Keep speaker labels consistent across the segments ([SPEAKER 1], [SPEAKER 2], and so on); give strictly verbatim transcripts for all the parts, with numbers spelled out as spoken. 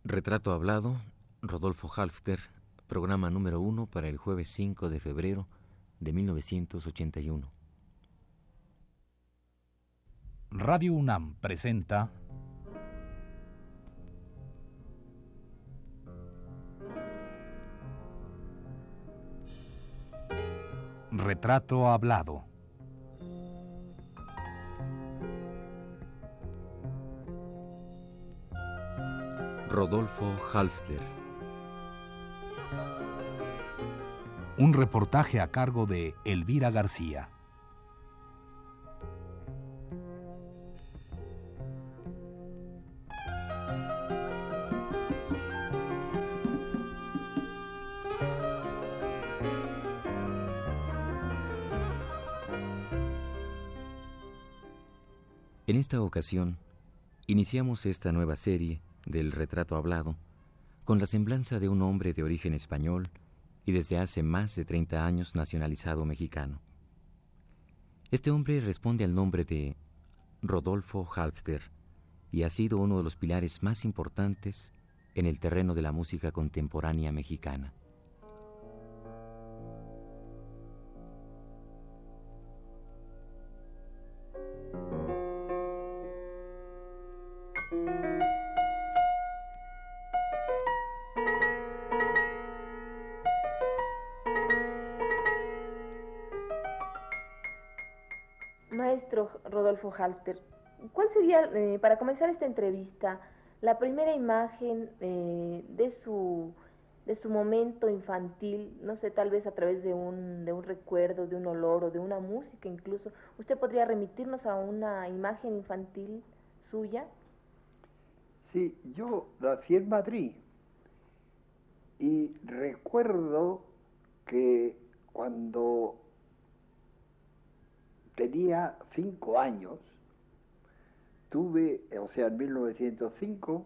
[SPEAKER 1] Retrato hablado, Rodolfo Halffter, programa número uno para el jueves cinco de febrero de mil novecientos ochenta y uno.
[SPEAKER 2] Radio UNAM presenta Retrato hablado.
[SPEAKER 1] Rodolfo Halffter.
[SPEAKER 2] Un reportaje a cargo de Elvira García.
[SPEAKER 1] En esta ocasión, iniciamos esta nueva serie del retrato hablado con la semblanza de un hombre de origen español y desde hace más de treinta años nacionalizado mexicano. Este hombre responde al nombre de Rodolfo Halffter y ha sido uno de los pilares más importantes en el terreno de la música contemporánea mexicana.
[SPEAKER 3] Maestro Rodolfo Halffter, ¿cuál sería, eh, para comenzar esta entrevista, la primera imagen eh, de su de su momento infantil? No sé, tal vez a través de un de un recuerdo, de un olor o de una música incluso. ¿Usted podría remitirnos a una imagen infantil suya?
[SPEAKER 4] Sí, yo nací en Madrid y recuerdo que cuando tenía cinco años, tuve, o sea, en mil novecientos cinco,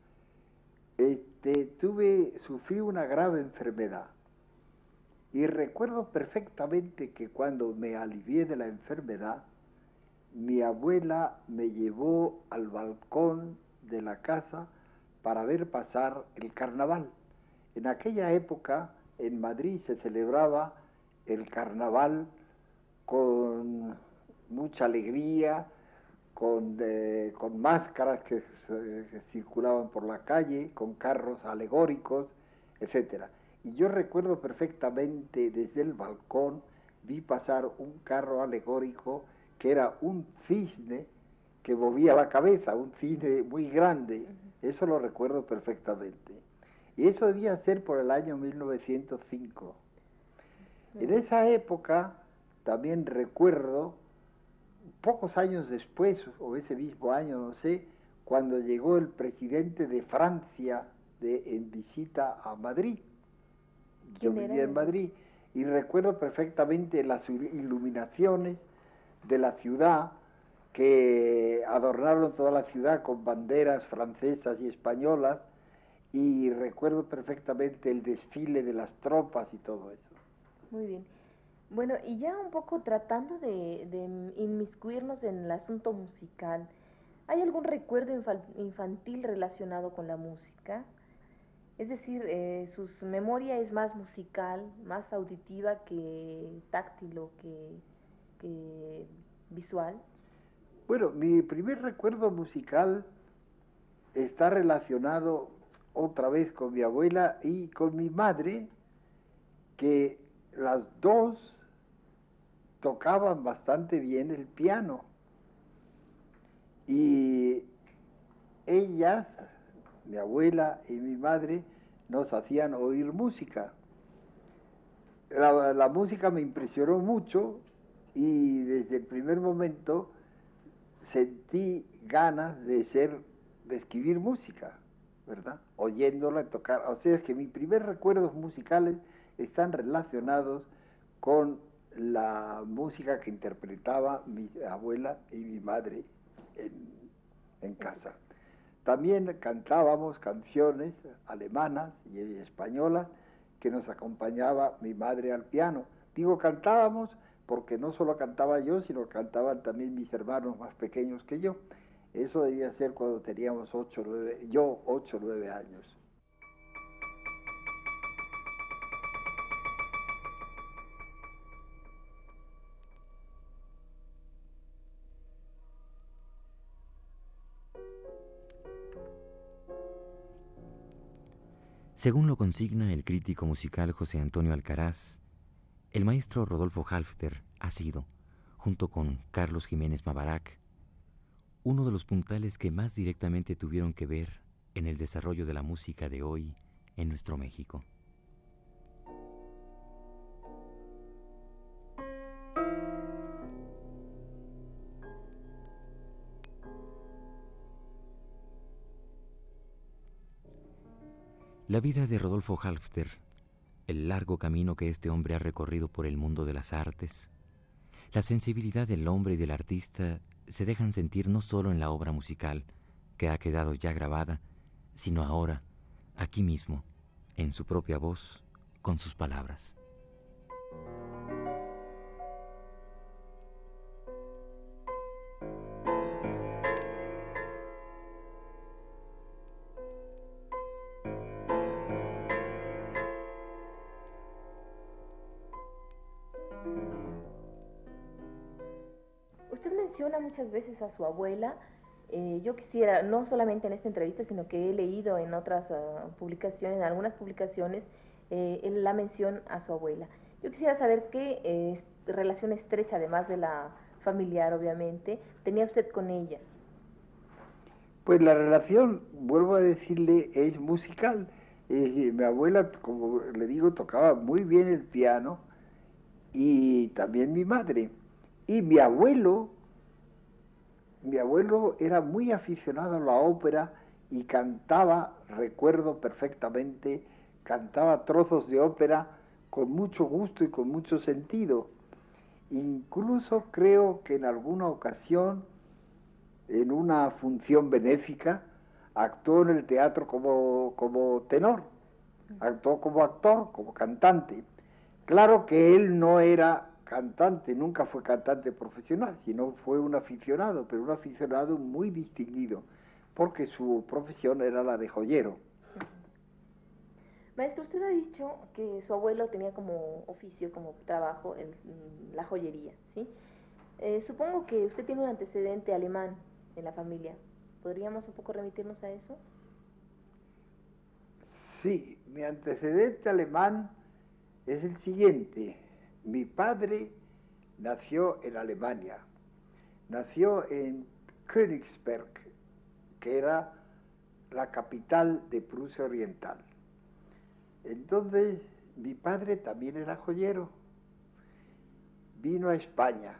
[SPEAKER 4] este, tuve, sufrí una grave enfermedad. Y recuerdo perfectamente que cuando me alivié de la enfermedad, mi abuela me llevó al balcón de la casa para ver pasar el carnaval. En aquella época, en Madrid se celebraba el carnaval con mucha alegría, con, eh, con máscaras que, que circulaban por la calle, con carros alegóricos, etcétera. Y yo recuerdo perfectamente desde el balcón, vi pasar un carro alegórico que era un cisne que movía la cabeza, un cisne muy grande. Eso lo recuerdo perfectamente. Y eso debía ser por el año mil novecientos cinco. En esa época también recuerdo, pocos años después, o ese mismo año, no sé, cuando llegó el presidente de Francia de, en visita a Madrid. Yo vivía en Madrid y recuerdo perfectamente las iluminaciones de la ciudad que adornaron toda la ciudad con banderas francesas y españolas, y recuerdo perfectamente el desfile de las tropas y todo eso.
[SPEAKER 3] Muy bien. Bueno, y ya un poco tratando de, de inmiscuirnos en el asunto musical, ¿hay algún recuerdo infantil relacionado con la música? Es decir, eh, su memoria es más musical, más auditiva que táctil o que, que visual.
[SPEAKER 4] Bueno, mi primer recuerdo musical está relacionado otra vez con mi abuela y con mi madre, que las dos tocaban bastante bien el piano. Y ellas, mi abuela y mi madre, nos hacían oír música. La, la música me impresionó mucho y desde el primer momento sentí ganas de ser, de escribir música, ¿verdad? Oyéndola tocar. O sea, es que mis primeros recuerdos musicales están relacionados con la música que interpretaba mi abuela y mi madre en, en casa. También cantábamos canciones alemanas y españolas que nos acompañaba mi madre al piano. Digo cantábamos porque no solo cantaba yo, sino cantaban también mis hermanos más pequeños que yo. Eso debía ser cuando teníamos ocho, nueve, yo ocho, nueve años.
[SPEAKER 1] Según lo consigna el crítico musical José Antonio Alcaraz, el maestro Rodolfo Halffter ha sido, junto con Carlos Jiménez Mabarac, uno de los puntales que más directamente tuvieron que ver en el desarrollo de la música de hoy en nuestro México. La vida de Rodolfo Halffter, el largo camino que este hombre ha recorrido por el mundo de las artes, la sensibilidad del hombre y del artista se dejan sentir no solo en la obra musical, que ha quedado ya grabada, sino ahora, aquí mismo, en su propia voz, con sus palabras.
[SPEAKER 3] Usted menciona muchas veces a su abuela. Eh, yo quisiera, no solamente en esta entrevista, sino que he leído en otras uh, publicaciones, en algunas publicaciones, eh, la mención a su abuela. Yo quisiera saber qué eh, relación estrecha, además de la familiar, obviamente, tenía usted con ella.
[SPEAKER 4] Pues la relación, vuelvo a decirle, es musical. Eh, mi abuela, como le digo, tocaba muy bien el piano, y también mi madre. Y mi abuelo, mi abuelo era muy aficionado a la ópera y cantaba, recuerdo perfectamente, cantaba trozos de ópera con mucho gusto y con mucho sentido. Incluso creo que en alguna ocasión, en una función benéfica, actuó en el teatro como, como tenor, actuó como actor, como cantante. Claro que él no era cantante, nunca fue cantante profesional, sino fue un aficionado, pero un aficionado muy distinguido, porque su profesión era la de joyero.
[SPEAKER 3] Maestro, usted ha dicho que su abuelo tenía como oficio, como trabajo, el, la joyería, ¿sí? Eh, supongo que usted tiene un antecedente alemán en la familia. ¿Podríamos un poco remitirnos a eso?
[SPEAKER 4] Sí, mi antecedente alemán es el siguiente. Mi padre nació en Alemania, nació en Königsberg, que era la capital de Prusia Oriental. Entonces, mi padre también era joyero, vino a España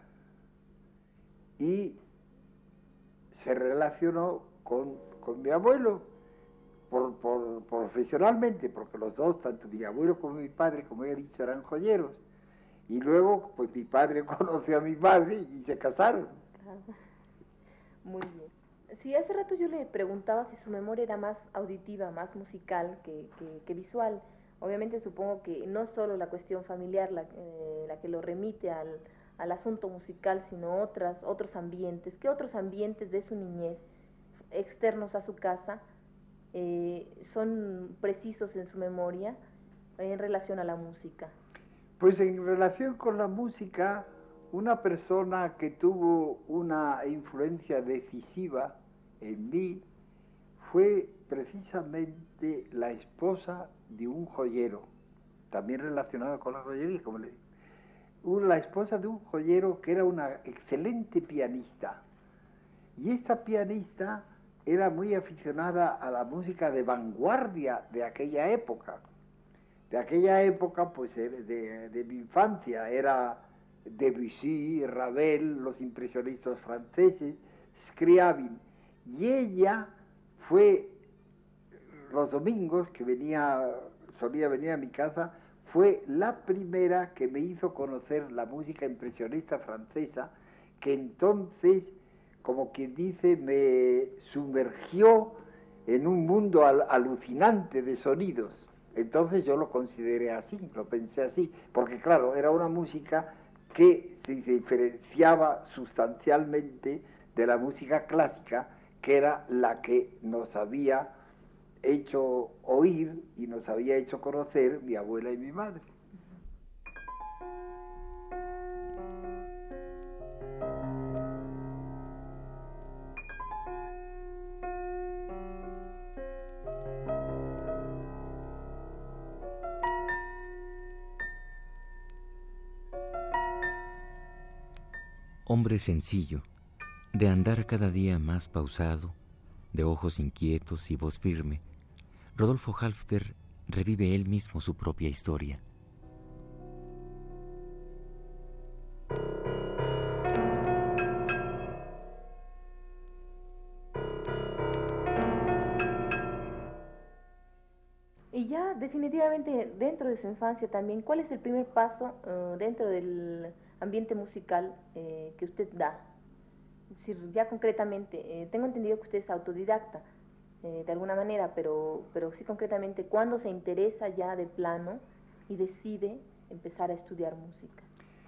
[SPEAKER 4] y se relacionó con, con mi abuelo, por, por, profesionalmente, porque los dos, tanto mi abuelo como mi padre, como he dicho, eran joyeros. Y luego, pues mi padre conoció a mi madre y se casaron.
[SPEAKER 3] Muy bien. Sí, hace rato yo le preguntaba si su memoria era más auditiva, más musical que, que, que visual. Obviamente supongo que no solo la cuestión familiar la, eh, la que lo remite al, al asunto musical, sino otras, otros ambientes. ¿Qué otros ambientes de su niñez, externos a su casa, eh, son precisos en su memoria en relación a la música?
[SPEAKER 4] Pues en relación con la música, una persona que tuvo una influencia decisiva en mí fue precisamente la esposa de un joyero, también relacionado con la joyería, como le digo. La esposa de un joyero que era una excelente pianista. Y esta pianista era muy aficionada a la música de vanguardia de aquella época. De aquella época, pues, de, de mi infancia, era Debussy, Ravel, los impresionistas franceses, Scriabin. Y ella fue, los domingos que venía, solía venir a mi casa, fue la primera que me hizo conocer la música impresionista francesa, que entonces, como quien dice, me sumergió en un mundo al, alucinante de sonidos. Entonces yo lo consideré así, lo pensé así, porque claro, era una música que se diferenciaba sustancialmente de la música clásica, que era la que nos había hecho oír y nos había hecho conocer mi abuela y mi madre.
[SPEAKER 1] Hombre sencillo, de andar cada día más pausado, de ojos inquietos y voz firme, Rodolfo Halffter revive él mismo su propia historia.
[SPEAKER 3] Y ya definitivamente dentro de su infancia también, ¿cuál es el primer paso uh, dentro del ambiente musical eh, que usted da? Es decir, ya concretamente, eh, tengo entendido que usted es autodidacta eh, de alguna manera, pero, pero sí concretamente, ¿cuándo se interesa ya de plano y decide empezar a estudiar música?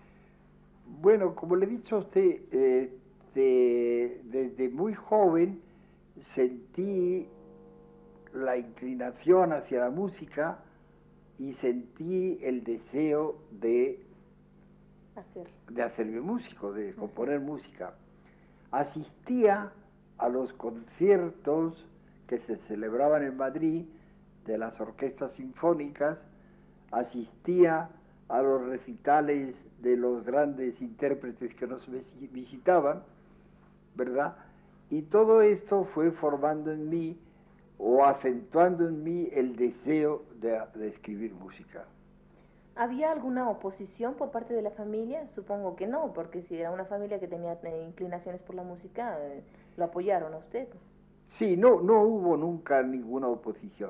[SPEAKER 4] Bueno, como le he dicho a usted, eh, de, desde muy joven sentí la inclinación hacia la música y sentí el deseo de,
[SPEAKER 3] Hacer.
[SPEAKER 4] de hacerme músico, de componer uh-huh. música. Asistía a los conciertos que se celebraban en Madrid de las orquestas sinfónicas, asistía a los recitales de los grandes intérpretes que nos visitaban, ¿verdad? Y todo esto fue formando en mí o acentuando en mí el deseo de, de escribir música.
[SPEAKER 3] ¿Había alguna oposición por parte de la familia? Supongo que no, porque si era una familia que tenía eh, inclinaciones por la música, eh, lo apoyaron a usted.
[SPEAKER 4] Sí, no, no hubo nunca ninguna oposición.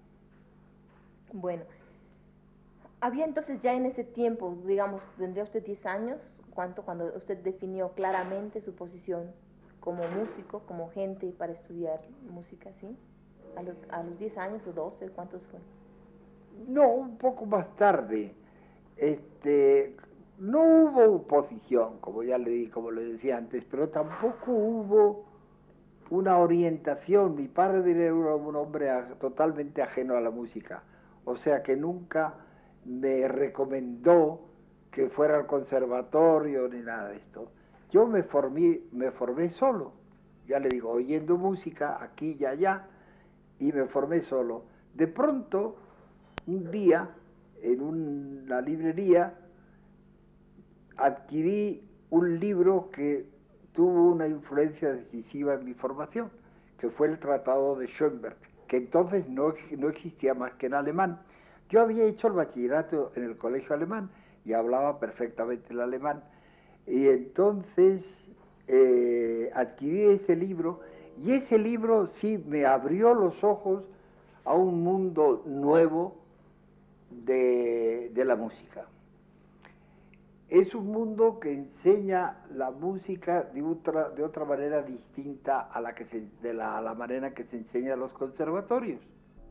[SPEAKER 3] Bueno, había entonces ya en ese tiempo, digamos, tendría usted diez años, ¿cuánto? Cuando usted definió claramente su posición como músico, como gente para estudiar música, ¿sí? A los, a los diez años o doce, ¿cuántos fue?
[SPEAKER 4] No, un poco más tarde. Este, no hubo oposición, como ya le di, como le decía antes, pero tampoco hubo una orientación. Mi padre era un hombre totalmente ajeno a la música, o sea que nunca me recomendó que fuera al conservatorio ni nada de esto. Yo me formé, me formé solo, ya le digo, oyendo música aquí y allá, y me formé solo. De pronto, un día, en una librería, adquirí un libro que tuvo una influencia decisiva en mi formación, que fue el Tratado de Schoenberg, que entonces no, no existía más que en alemán. Yo había hecho el bachillerato en el colegio alemán y hablaba perfectamente el alemán, y entonces eh, adquirí ese libro, y ese libro sí me abrió los ojos a un mundo nuevo de, de la música. Es un mundo que enseña la música de otra, de otra manera distinta a la, que se, de la, a la manera que se enseña en los conservatorios.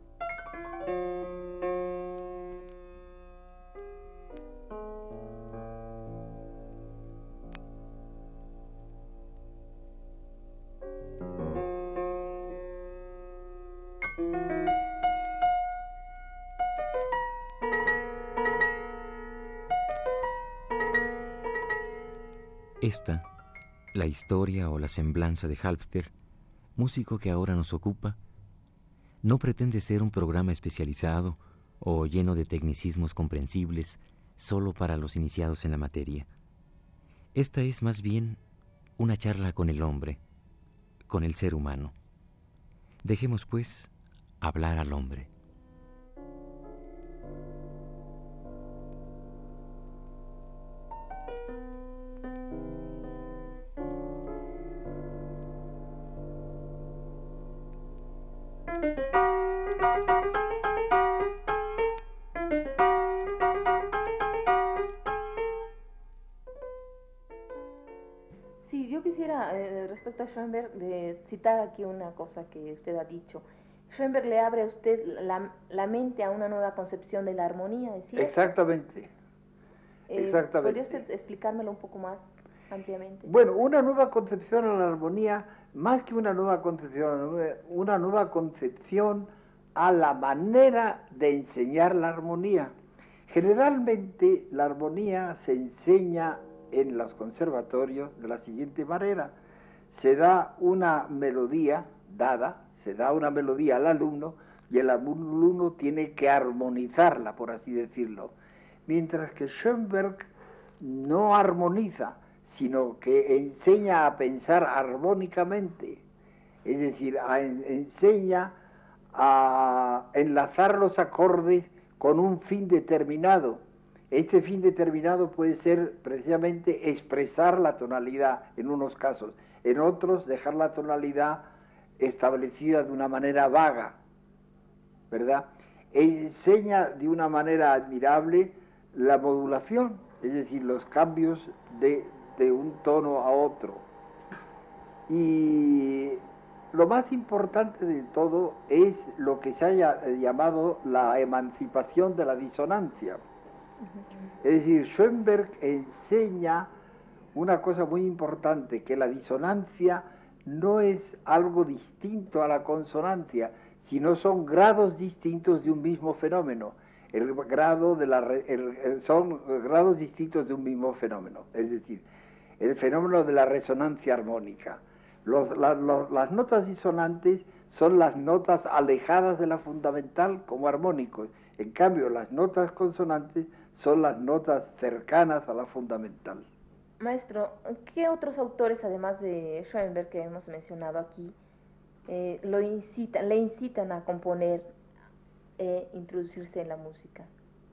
[SPEAKER 1] Esta, la historia o la semblanza de Halffter, músico que ahora nos ocupa, no pretende ser un programa especializado o lleno de tecnicismos comprensibles solo para los iniciados en la materia. Esta es más bien una charla con el hombre, con el ser humano. Dejemos, pues, hablar al hombre.
[SPEAKER 3] Sí, yo quisiera, eh, respecto a Schoenberg, de citar aquí una cosa que usted ha dicho. Schoenberg le abre a usted la, la mente a una nueva concepción de la armonía, ¿es cierto?
[SPEAKER 4] Exactamente.
[SPEAKER 3] Eh,
[SPEAKER 4] Exactamente.
[SPEAKER 3] ¿Podría usted explicármelo un poco más ampliamente?
[SPEAKER 4] Bueno, una nueva concepción a la armonía, más que una nueva concepción, una nueva concepción a la manera de enseñar la armonía. Generalmente la armonía se enseña en los conservatorios de la siguiente manera: se da una melodía dada, se da una melodía al alumno y el alumno tiene que armonizarla, por así decirlo. Mientras que Schoenberg no armoniza, sino que enseña a pensar armónicamente, es decir, a, en, enseña a enlazar los acordes con un fin determinado. Este fin determinado puede ser precisamente expresar la tonalidad en unos casos, en otros dejar la tonalidad establecida de una manera vaga, ¿verdad? E enseña de una manera admirable la modulación, es decir, los cambios de, de un tono a otro. Y lo más importante de todo es lo que se haya llamado la emancipación de la disonancia. Es decir, Schoenberg enseña una cosa muy importante, que la disonancia no es algo distinto a la consonancia, sino son grados distintos de un mismo fenómeno. El grado de la, el, el, son grados distintos de un mismo fenómeno, es decir, el fenómeno de la resonancia armónica. Los, la, los, las notas disonantes son las notas alejadas de la fundamental como armónicos, en cambio las notas consonantes son las notas cercanas a la fundamental.
[SPEAKER 3] Maestro, ¿qué otros autores, además de Schoenberg que hemos mencionado aquí, eh, lo incitan, le incitan a componer e introducirse en la música?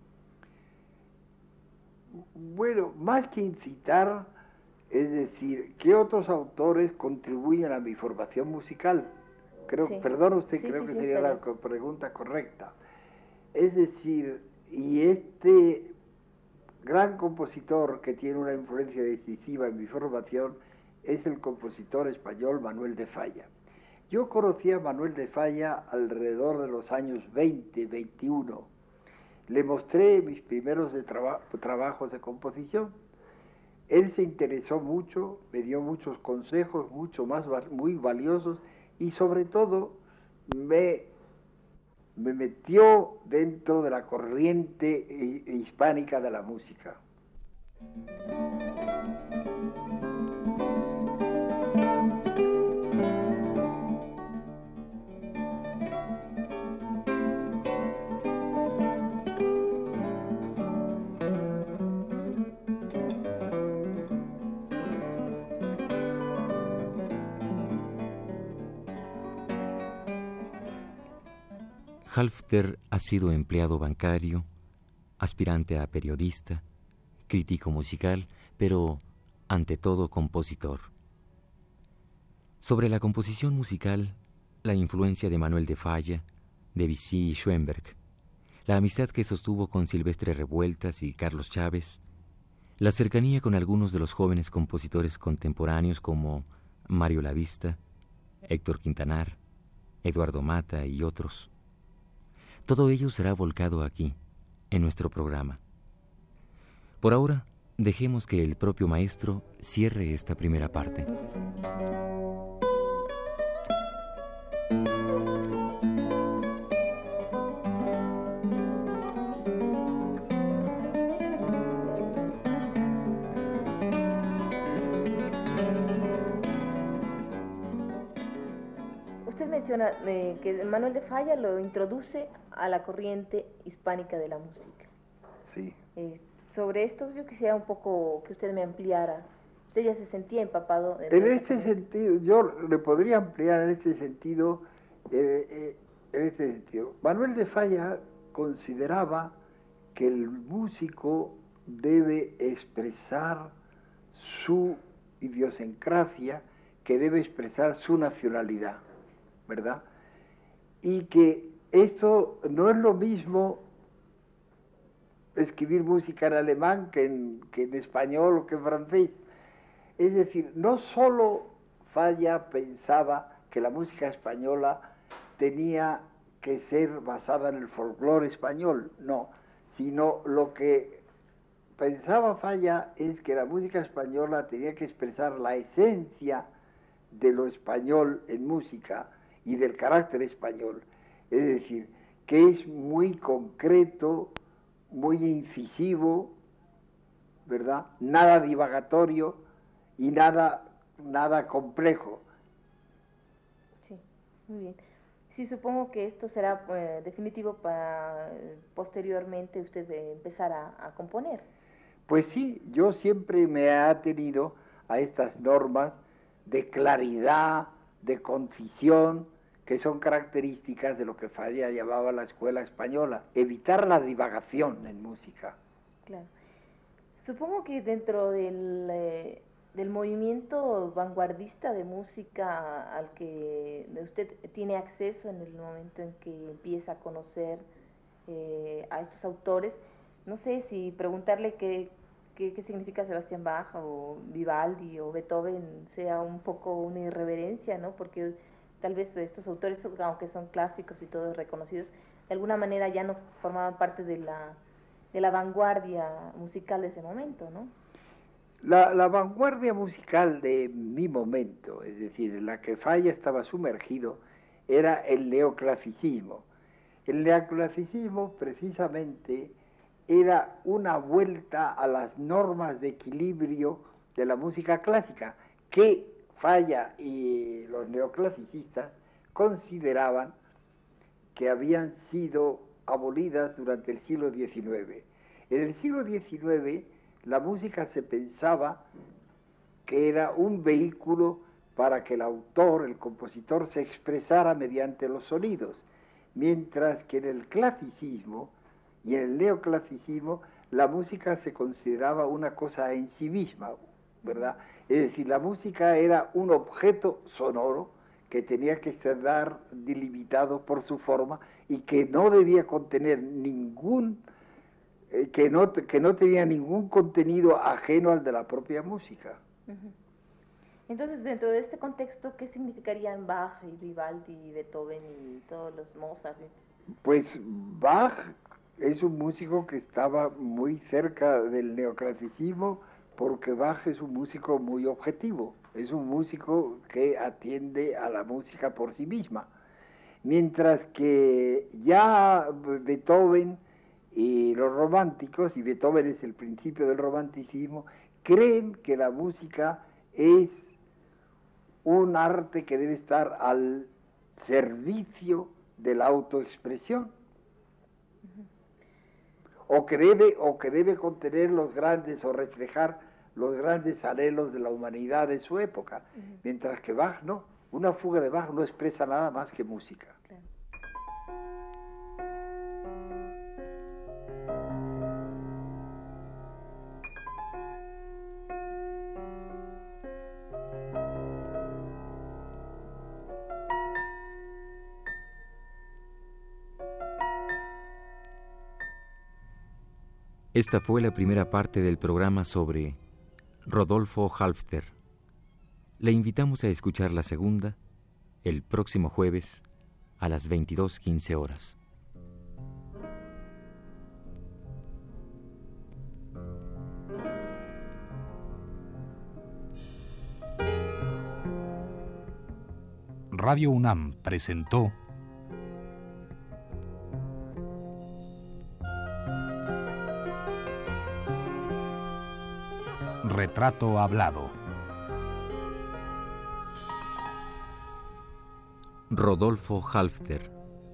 [SPEAKER 4] Bueno, más que incitar, es decir, ¿qué otros autores contribuyen a mi formación musical? Creo, sí. Perdón usted, sí, creo sí, que sí, sería la bien. Pregunta correcta. Es decir, y este gran compositor que tiene una influencia decisiva en mi formación es el compositor español Manuel de Falla. Yo conocí a Manuel de Falla alrededor de los años veinte, veintiuno. Le mostré mis primeros de traba- trabajos de composición. Él se interesó mucho, me dio muchos consejos, mucho más, muy valiosos, y sobre todo me, me metió dentro de la corriente hispánica de la música.
[SPEAKER 1] Halffter ha sido empleado bancario, aspirante a periodista, crítico musical, pero ante todo compositor. Sobre la composición musical, la influencia de Manuel de Falla, Debussy y Schoenberg, la amistad que sostuvo con Silvestre Revueltas y Carlos Chávez, la cercanía con algunos de los jóvenes compositores contemporáneos como Mario Lavista, Héctor Quintanar, Eduardo Mata y otros. Todo ello será volcado aquí, en nuestro programa. Por ahora, dejemos que el propio maestro cierre esta primera parte.
[SPEAKER 3] Menciona eh, que Manuel de Falla lo introduce a la corriente hispánica de la música.
[SPEAKER 4] Sí.
[SPEAKER 3] Eh, sobre esto yo quisiera un poco que usted me ampliara. Usted ya se sentía empapado.
[SPEAKER 4] En este sentido, yo le podría ampliar en este sentido, eh, eh, en este sentido. Manuel de Falla consideraba que el músico debe expresar su idiosincrasia, que debe expresar su nacionalidad, ¿verdad? Y que esto no es lo mismo escribir música en alemán que en, que en español o que en francés. Es decir, no solo Falla pensaba que la música española tenía que ser basada en el folclore español, no, sino lo que pensaba Falla es que la música española tenía que expresar la esencia de lo español en música y del carácter español, es decir, que es muy concreto, muy incisivo, ¿verdad? Nada divagatorio y nada, nada complejo.
[SPEAKER 3] Sí, muy bien. Sí, supongo que esto será eh, definitivo para eh, posteriormente usted eh, empezar a, a componer.
[SPEAKER 4] Pues sí, yo siempre me he tenido a estas normas de claridad, de concisión, que son características de lo que Falla llamaba la escuela española, evitar la divagación en música.
[SPEAKER 3] Claro. Supongo que dentro del, eh, del movimiento vanguardista de música al que usted tiene acceso en el momento en que empieza a conocer eh, a estos autores, no sé si preguntarle qué, qué, qué significa Sebastián Bach o Vivaldi o Beethoven sea un poco una irreverencia, ¿no? Porque tal vez estos autores, aunque son clásicos y todos reconocidos, de alguna manera ya no formaban parte de la, de la vanguardia musical de ese momento, ¿no?
[SPEAKER 4] La, la vanguardia musical de mi momento, es decir, en la que Falla estaba sumergido, era el neoclasicismo. El neoclasicismo precisamente era una vuelta a las normas de equilibrio de la música clásica, que Falla y los neoclasicistas consideraban que habían sido abolidas durante el siglo diecinueve. En el siglo diecinueve la música se pensaba que era un vehículo para que el autor, el compositor, se expresara mediante los sonidos, mientras que en el clasicismo y en el neoclasicismo la música se consideraba una cosa en sí misma, ¿verdad? Es decir, la música era un objeto sonoro que tenía que estar delimitado por su forma y que no debía contener ningún, eh, que, no, que no tenía ningún contenido ajeno al de la propia música.
[SPEAKER 3] Uh-huh. Entonces, dentro de este contexto, ¿qué significarían Bach y Vivaldi y Beethoven y todos los Mozart?
[SPEAKER 4] Pues Bach es un músico que estaba muy cerca del neoclasicismo, porque Bach es un músico muy objetivo, es un músico que atiende a la música por sí misma, mientras que ya Beethoven y los románticos, y Beethoven es el principio del romanticismo, creen que la música es un arte que debe estar al servicio de la autoexpresión, o que debe, o que debe contener los grandes o reflejar los grandes anhelos de la humanidad de su época, uh-huh. Mientras que Bach no, una fuga de Bach no expresa nada más que música.
[SPEAKER 3] Claro.
[SPEAKER 1] Esta fue la primera parte del programa sobre Rodolfo Halffter. Le invitamos a escuchar la segunda el próximo jueves a las veintidós quince horas.
[SPEAKER 2] Radio UNAM presentó Retrato Hablado.
[SPEAKER 1] Rodolfo Halffter.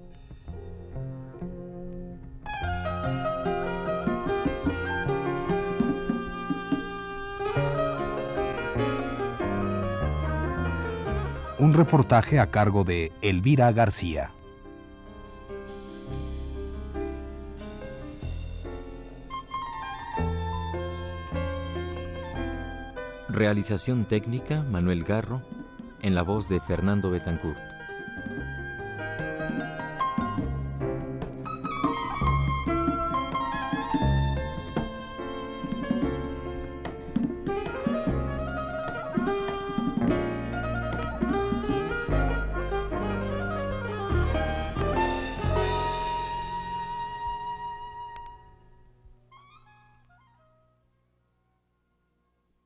[SPEAKER 2] Un reportaje a cargo de Elvira García.
[SPEAKER 1] Realización técnica, Manuel Garro, en la voz de Fernando Betancourt.